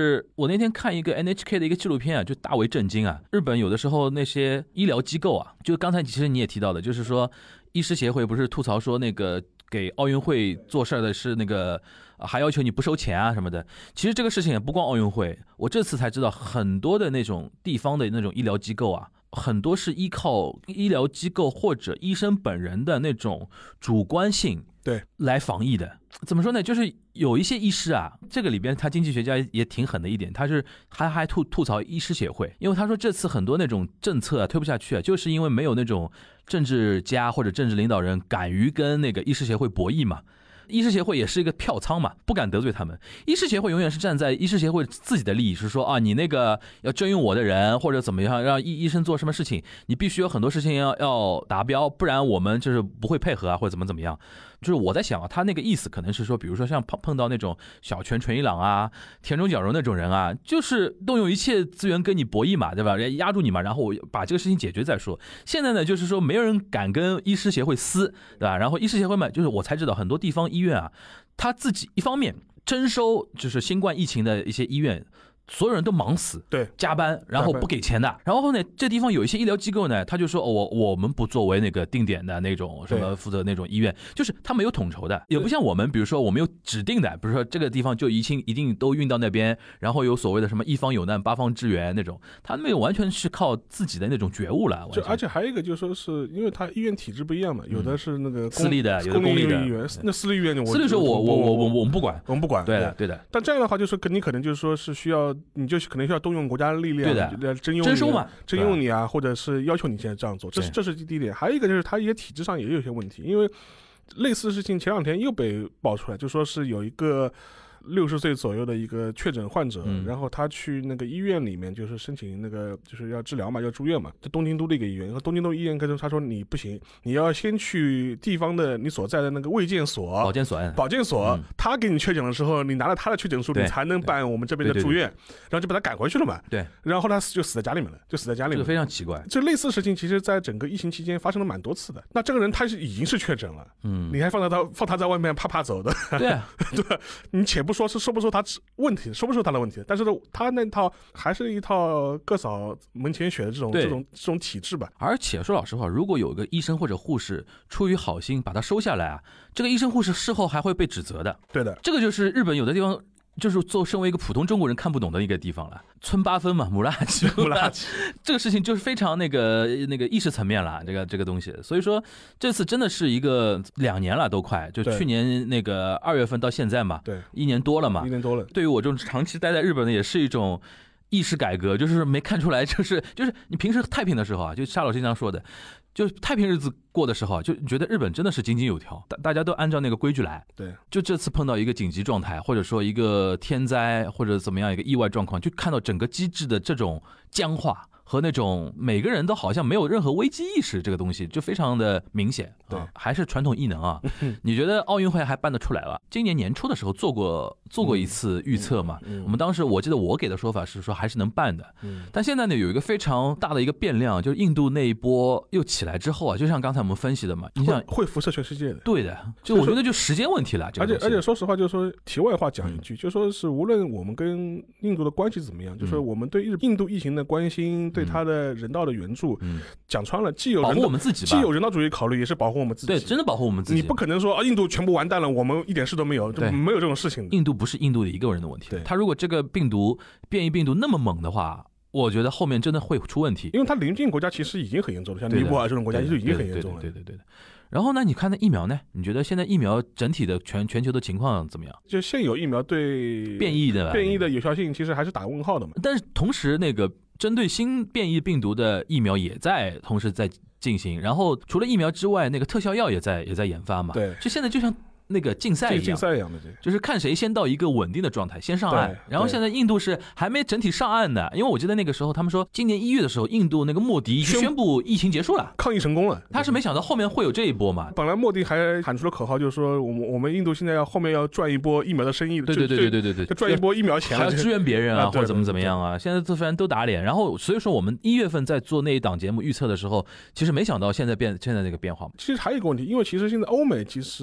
是我那天看一个 NHK 的一个纪录片啊，就大为震惊啊！日本有的时候那些医疗机构啊，就刚才其实你也提到的，就是说医师协会不是吐槽说那个给奥运会做事的是那个还要求你不收钱啊什么的。其实这个事情也不光奥运会，我这次才知道很多的那种地方的那种医疗机构啊，很多是依靠医疗机构或者医生本人的那种主观性对来防疫的。怎么说呢？就是有一些医师啊，这个里边他经济学家也挺狠的一点，他是还吐槽医师协会，因为他说这次很多那种政策啊推不下去啊，就是因为没有那种政治家或者政治领导人敢于跟那个医师协会博弈嘛。医师协会也是一个票仓嘛，不敢得罪他们。医师协会永远是站在医师协会自己的利益，是说啊，你那个要征用我的人或者怎么样，让医生做什么事情，你必须有很多事情要达标，不然我们就是不会配合啊，或者怎么样。就是我在想啊，他那个意思可能是说，比如说像碰到那种小泉纯一郎啊、田中角荣那种人啊，就是动用一切资源跟你博弈嘛，对吧？压住你嘛，然后我把这个事情解决再说。现在呢，就是说没有人敢跟医师协会撕，对吧？然后医师协会嘛，就是我才知道很多地方医院啊，他自己一方面征收就是新冠疫情的一些医院。所有人都忙死， 对， 加班，然后不给钱的。然后呢，这地方有一些医疗机构呢，他就说，我们不作为那个定点的那种什么负责那种医院，就是他没有统筹的，也不像我们，比如说我们有指定的，比如说这个地方就一定都运到那边，然后有所谓的什么一方有难八方支援那种，他们完全是靠自己的那种觉悟了。 而且还有一个就是说是因为他医院体制不一样嘛，有的是那个私立的，有的公立的。 那私立医院私立说我们不管， 我们不管， 对的。 但这样的话，就是你可能就是说是需要，你就可能需要动用国家的力量， 对的， 征用你啊，或者是要求你现在这样做，这是第一点。还有一个就是它一些体制上也有些问题，因为类似的事情前两天又被爆出来，就说是有一个60岁左右的一个确诊患者，然后他去那个医院里面就是申请那个就是要治疗嘛，要住院嘛，在东京都的一个医院，然后东京都医院跟他说你不行，你要先去地方的你所在的那个卫健所、保健所，他给你确诊的时候，你拿了他的确诊书，你才能办我们这边的住院，然后就把他赶回去了嘛。 对， 然后他就死在家里面了，这个非常奇怪。 这类似的事情，其实在整个疫情期间发生了蛮多次的。那这个人他已经是确诊了，你还放他在外面啪走的， 对啊， 对，你且不说是说不说他问题，说不说他的问题，但是他那套还是一套各扫门前雪的这种体制吧。 而且说老实话，如果有一个医生或者护士出于好心把他收下来啊，这个医生护士事后还会被指责的。 对的， 这个就是日本有的地方。就是身为一个普通中国人看不懂的一个地方了，村八分嘛，姆拉奇，这个事情就是非常那个意识层面了，这个东西。所以说这次真的是一个2年了，都快，就去年那个2月份到现在嘛， 对 ，1年多了嘛，对于我这种长期待在日本的，也是一种意识改革，就是没看出来，就是你平时太平的时候啊，就夏老师经常说的。就太平日子过的时候，就觉得日本真的是井井有条，大家都按照那个规矩来。 对， 就这次碰到一个紧急状态，或者说一个天灾或者怎么样一个意外状况，就看到整个机制的这种僵化和那种每个人都好像没有任何危机意识，这个东西就非常的明显。 对， 还是传统异能啊。你觉得奥运会还办得出来吧？今年年初的时候做过一次预测嘛？我们当时我记得我给的说法是说还是能办的。但现在呢有一个非常大的一个变量，就是印度那一波又起来之后啊，就像刚才我们分析的嘛，你想会辐射全世界的。 对的，就我觉得就时间问题了。 而且说实话，就是说题外话讲一句，就说是无论我们跟印度的关系怎么样，就说我们对印度疫情的关心，对他的人道的援助，讲穿了，既有保护我们自己， 既有人道主义考虑，也是保护我们自己。 对，真的保护我们自己。 你不可能说印度全部完蛋了，我们一点事都没有，没有这种事情。 印度不是印度的一个人的问题，他如果这个变异病毒那么猛的话，我觉得后面真的会出问题。 因为它邻近国家其实已经很严重了，像尼泊尔这种国家就已经很严重了。 对。然后呢，你看那疫苗呢？你觉得现在疫苗整体的全球的情况怎么样？ 就现有疫苗对变异的有效性其实还是打问号的嘛。 但是同时那个针对新变异病毒的疫苗也在同时在进行，然后除了疫苗之外，那个特效药也在研发嘛。 对， 就现在就像那个竞赛一样的， 就是看谁先到一个稳定的状态，先上岸。然后现在印度是还没整体上岸的，因为我记得那个时候他们说，今年1月的时候，印度那个莫迪宣布疫情结束了， 抗疫成功了。 他是没想到后面会有这一波嘛。 本来莫迪还喊出了口号，就是说我们印度现在后面要赚一波疫苗的生意， 对， 要赚一波疫苗钱， 还要支援别人啊，或者怎么样啊。现在反正都打脸。然后所以说我们1月份在做那一档节目预测的时候，其实没想到现在那个变化。 其实还有一个问题，因为其实现在欧美其实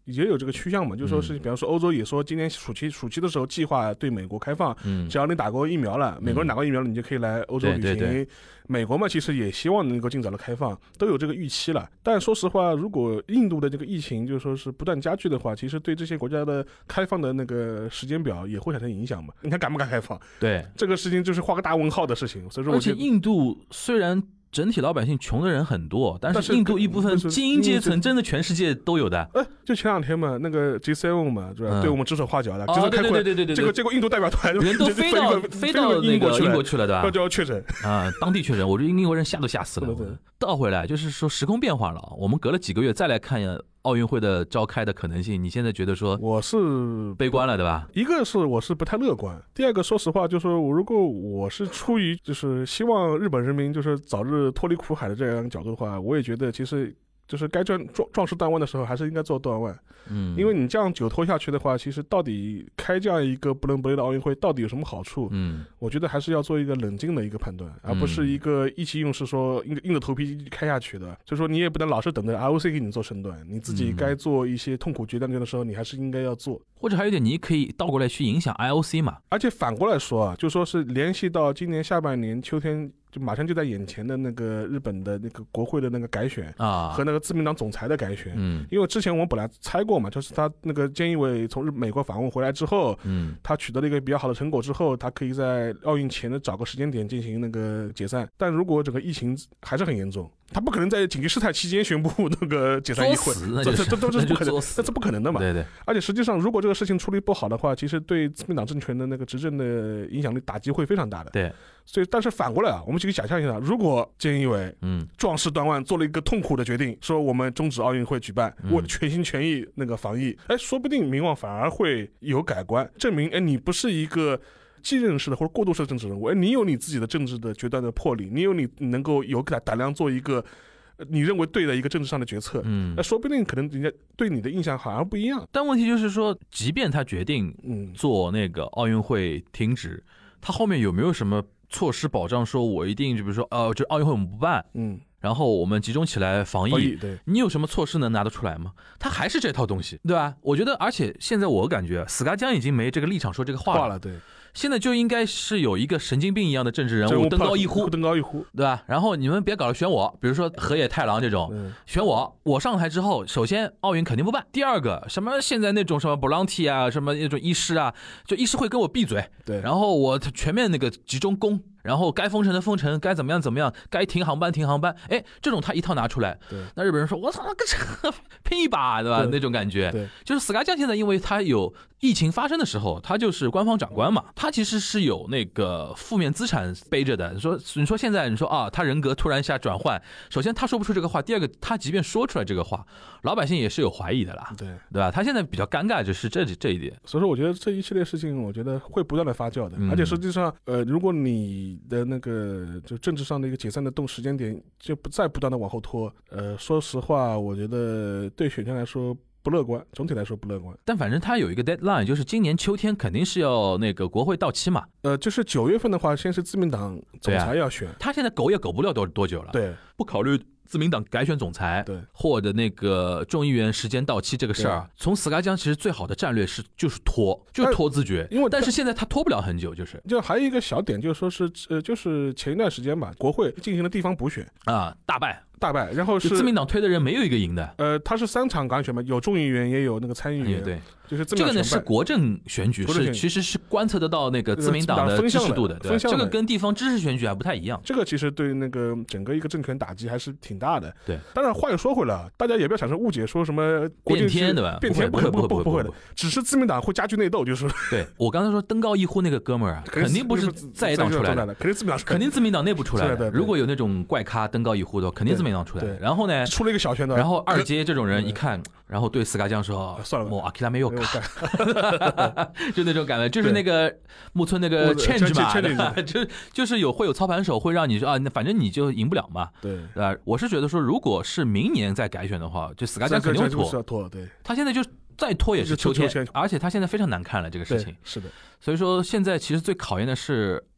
也有这个趋向嘛，就说是比方说欧洲也说今年暑期的时候计划对美国开放，只要你打过疫苗了，美国人打过疫苗了，你就可以来欧洲旅行。 对， 美国嘛其实也希望能够尽早的开放，都有这个预期了。但说实话，如果印度的这个疫情就说是不断加剧的话，其实对这些国家的开放的那个时间表也会产生影响嘛。你看敢不敢开放？ 对， 这个事情就是画个大问号的事情。所以说， 而且印度虽然整体老百姓穷的人很多，但是印度一部分精英阶层真的全世界都有的。 就前2天嘛，那个 G7 嘛，对吧？对我们指手画脚的。 对， 结果印度代表团人都飞到那个英国去了，对吧？ 就要确诊啊，当地确诊，我这英国人吓都吓死了。倒回来就是说时空变化了，我们隔了几个月再来看奥运会的召开的可能性，你现在觉得说我是悲观了，对吧？ 一个是我是不太乐观，第二个说实话就是如果我是出于就是希望日本人民就是早日脱离苦海的这样一个角度的话，我也觉得其实就是该壮士断腕的时候还是应该做断腕。因为你这样久拖下去的话，其实到底开这样一个不伦不类的奥运会到底有什么好处？我觉得还是要做一个冷静的一个判断，而不是一个意气用事说硬着头皮开下去的。所以说你也不能老是等着 ROC 给你做身段，你自己该做一些痛苦决断的时候，你还是应该要做。 或者还有一点，你可以倒过来去影响 IOC 嘛。 而且反过来说啊，就说是联系到今年下半年秋天就马上就在眼前的那个日本的那个国会的那个改选啊，和那个自民党总裁的改选。因为之前我们本来猜过嘛，就是他那个菅义伟从美国访问回来之后，他取得了一个比较好的成果之后，他可以在奥运前的找个时间点进行那个解散。但如果整个疫情还是很严重，他不可能在紧急事态期间宣布那个解散议会，这都是不可能，那这不可能的嘛。 对。 而且实际上，如果这个事情处理不好的话，其实对自民党政权的那个执政的影响力打击会非常大的。 对。 所以，但是反过来啊，我们去想象一下，如果菅义伟壮士断腕做了一个痛苦的决定，说我们终止奥运会举办，我全心全意那个防疫，说不定民望反而会有改观，证明你不是一个继任式的或者过渡式的政治人物，你有你自己的政治的决断的魄力，你有你能够有胆量做一个你认为对的一个政治上的决策，说不定可能人家对你的印象好像不一样。 但问题就是说，即便他决定做那个奥运会停止，他后面有没有什么措施保障，说我一定就比如说就奥运会我们不办，然后我们集中起来防疫， 对， 你有什么措施能拿得出来吗？他还是这套东西，对吧？我觉得，而且现在我感觉斯嘎江已经没这个立场说这个话了， 对。 现在就应该是有一个神经病一样的政治人物登高一呼，对吧？然后你们别搞了，选我，比如说河野太郎这种，选我上台之后，首先奥运肯定不办，第二个什么现在那种什么 Bolanti 啊，什么那种医师啊，就医师会跟我闭嘴， 对， 然后我全面那个集中攻。然后该封城的封城，该怎么样，该停航班停航班，这种他一套拿出来，那日本人说我操，拼一把，对吧？那种感觉，就是斯嘎江现在因为他有疫情发生的时候，他就是官方长官嘛，他其实是有那个负面资产背着的。你说现在你说啊，他人格突然一下转换，首先他说不出这个话，第二个他即便说出来这个话，老百姓也是有怀疑的啦，对吧？他现在比较尴尬就是这一点。 所以说，我觉得这一系列事情，我觉得会不断的发酵的，而且实际上，如果你的那个就政治上的一个解散的时间点就不断的往后拖，说实话，我觉得对选项来说不乐观，总体来说不乐观。 但反正他有一个 deadline， 就是今年秋天肯定是要那个国会到期嘛。 就是9月份的话，先是自民党总裁要选， 他现在苟也苟不了多久了。 对， 不考虑自民党改选总裁， 对， 或者那个众议员时间到期这个事儿，从斯嘎江其实最好的战略就是拖自觉，但是现在他拖不了很久，就还有一个小点，就是说是就是前一段时间吧，国会进行了地方补选啊，大败， 然后是自民党推的人没有一个赢的。 他是3场港选嘛，有众议员也有那个参议员， 对， 就是这个呢是国政选举，其实是观测得到那个自民党的支持度的，对，这个跟地方知识选举还不太一样。 这个其实对那个整个一个政权打击还是挺大的。 对， 当然话又说回来，大家也不要产生误解，说什么变天对吧？ 变天不会的，只是自民党会加剧内斗，就是。 对，我刚才说登高一呼那个哥们儿啊，肯定不是在野党出来的，肯定自民党内部出来的。如果有那种怪咖登高一呼的，肯定自民党出来的。然后呢， 出了一个小圈子， 然后二阶这种人一看，然后对斯嘎江说：“ 算了， 我阿基拉没有干。”就那种感觉，就是那个木村那个 change 嘛，就是会有操盘手会让你说啊，反正你就赢不了嘛， 对吧？我是觉得说，如果是明年再改选的话，就斯嘎江肯定会拖，对， 他现在就再拖也是秋天，而且他现在非常难看了这个事情， 是的。 所以说现在其实最考验的是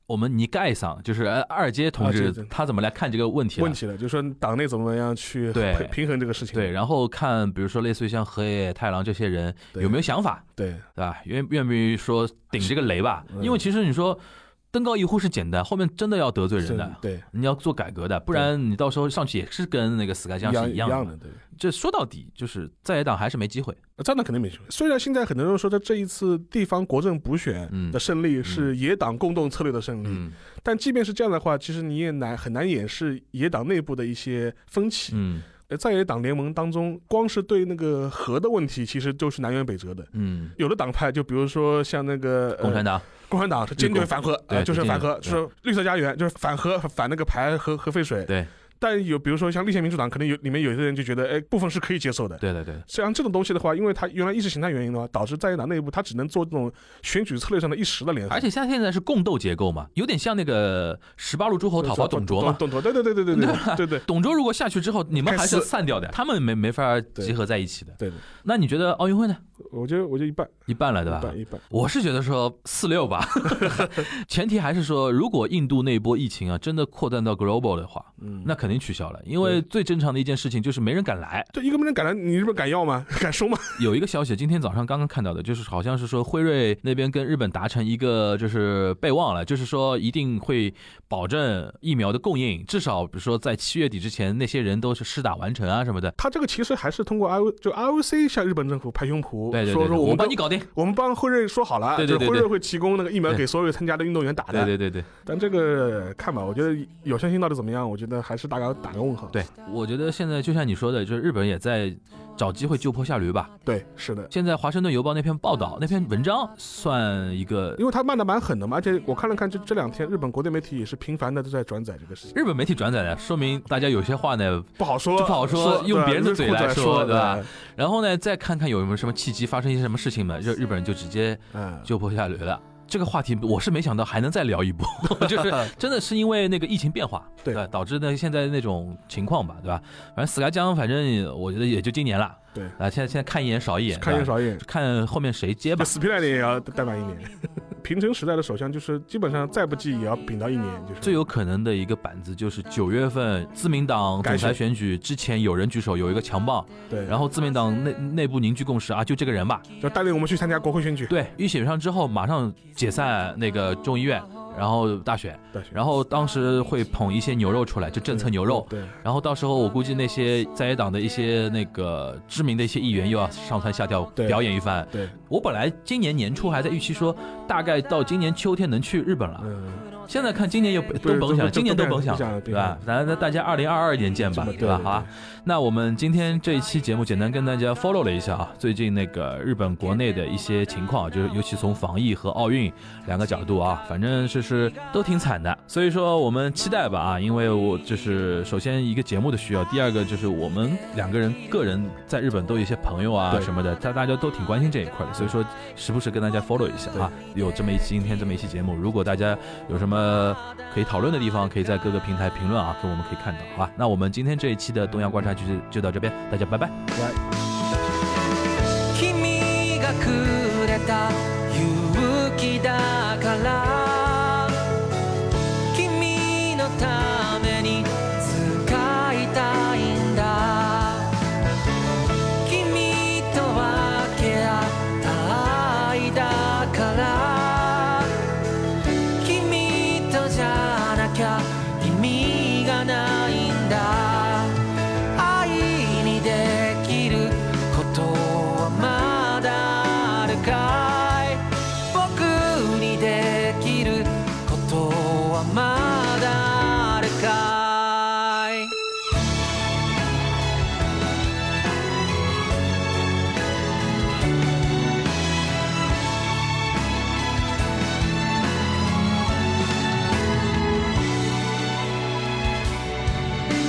我们尼盖桑就是二阶同志他怎么来看这个问题了，就是说党内怎么样去平衡这个事情。 对，然后看比如说类似于像河野太郎这些人有没有想法， 对吧？愿不愿意说顶这个雷吧？因为其实你说登高一呼是简单，后面真的要得罪人的， 对， 你要做改革的，不然你到时候上去也是跟那个死盖江是一样的。 对， 这说到底就是在野党还是没机会， 这样肯定没机会。虽然现在很多人说这一次地方国政补选的胜利是野党共同策略的胜利，但即便是这样的话，其实你也很难掩饰野党内部的一些分歧。在野党联盟当中，光是对那个核的问题，其实就是南辕北辙的。有的党派，就比如说像那个共产党是坚决反核，就是反核，就是绿色家园，就是反核，反那个排核废水。 对。 但有比如说像立宪民主党，可能里面有些人就觉得，部分是可以接受的。 对。 像这种东西的话，因为它原来意识形态原因的话，导致在野党内部它只能做这种选举策略上的一时的联合。 而且现在是共斗结构嘛，有点像那个18路诸侯讨伐董卓嘛。 对。 董卓如果下去之后，你们还是要散掉的，他们没法结合在一起的。 对。 那你觉得奥运会呢？ 我觉得一半了，对吧？ 一半。 我是觉得说4-6吧，前提还是说，如果印度那波疫情啊真的扩散到 global 的话，那肯定取消了，因为最正常的一件事情就是没人敢来。 对，一个没人敢来，你日本敢要吗？敢收吗？ 有一个消息，今天早上刚刚看到的，就是好像是说辉瑞那边跟日本达成一个就是备忘了，就是说一定会保证疫苗的供应，至少比如说在7月底之前，那些人都是施打完成啊什么的。 他这个其实还是通过 ROC 向日本政府拍胸脯， 对， 说我们帮你搞定， 我们帮辉瑞说好了， 对， 辉瑞会提供那个疫苗给所有参加的运动员打的。 对。 但这个看吧，我觉得有效性到底怎么样，我觉得还是大家打个问号。 对，我觉得现在就像你说的，就是日本也在找机会救坡下驴吧。 对，是的。 现在华盛顿邮报那篇报道，那篇文章算一个， 因为他慢的蛮狠的嘛，而且我看了看这2天日本国内媒体也是频繁的都在转载这个事情。 日本媒体转载的，说明大家有些话呢不好说， 用别人的嘴来说，对吧？ 对。 然后呢，再看看有没有什么契机发生一些什么事情嘛，就日本人就直接救坡下驴了。这个话题我是没想到还能再聊一波，就是真的是因为那个疫情变化，对，导致呢现在那种情况吧，对吧？反正死盖江，反正我觉得也就今年了， 对啊，现在看一眼少一眼，看后面谁接吧。 死皮赖脸也要待满1年。平成时代的首相就是基本上再不济也要顶到1年，就是最有可能的一个板子就是9月份自民党总裁选举之前有人举手有一个强棒， 对， 然后自民党内部凝聚共识啊，就这个人吧， 就带领我们去参加国会选举。 对，一选上之后马上解散那个众议院，然后大选，然后当时会捧一些牛肉出来，就政策牛肉， 对， 然后到时候我估计那些在野党的一些那个知名的一些议员又要上蹿下跳表演一番。 对， 我本来今年年初还在预期说大概到今年秋天能去日本了，现在看今年又都甭想，今年都甭想，对吧？咱大家2022年见吧，对吧？好吧，那我们今天这一期节目简单跟大家 follow 了一下啊，最近那个日本国内的一些情况，就是尤其从防疫和奥运2个角度啊，反正是都挺惨的。所以说我们期待吧啊，因为我就是首先一个节目的需要，第二个就是我们2个人个人在日本都有一些朋友啊什么的，大家都挺关心这一块的，所以说时不时跟大家 follow 一下啊。有这么一期今天这么一期节目，如果大家有什么可以讨论的地方，可以在各个平台评论啊，跟我们可以看到，好吧？那我们今天这一期的东亚观察局就到这边，大家拜拜。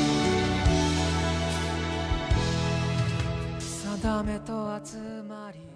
定めと集まり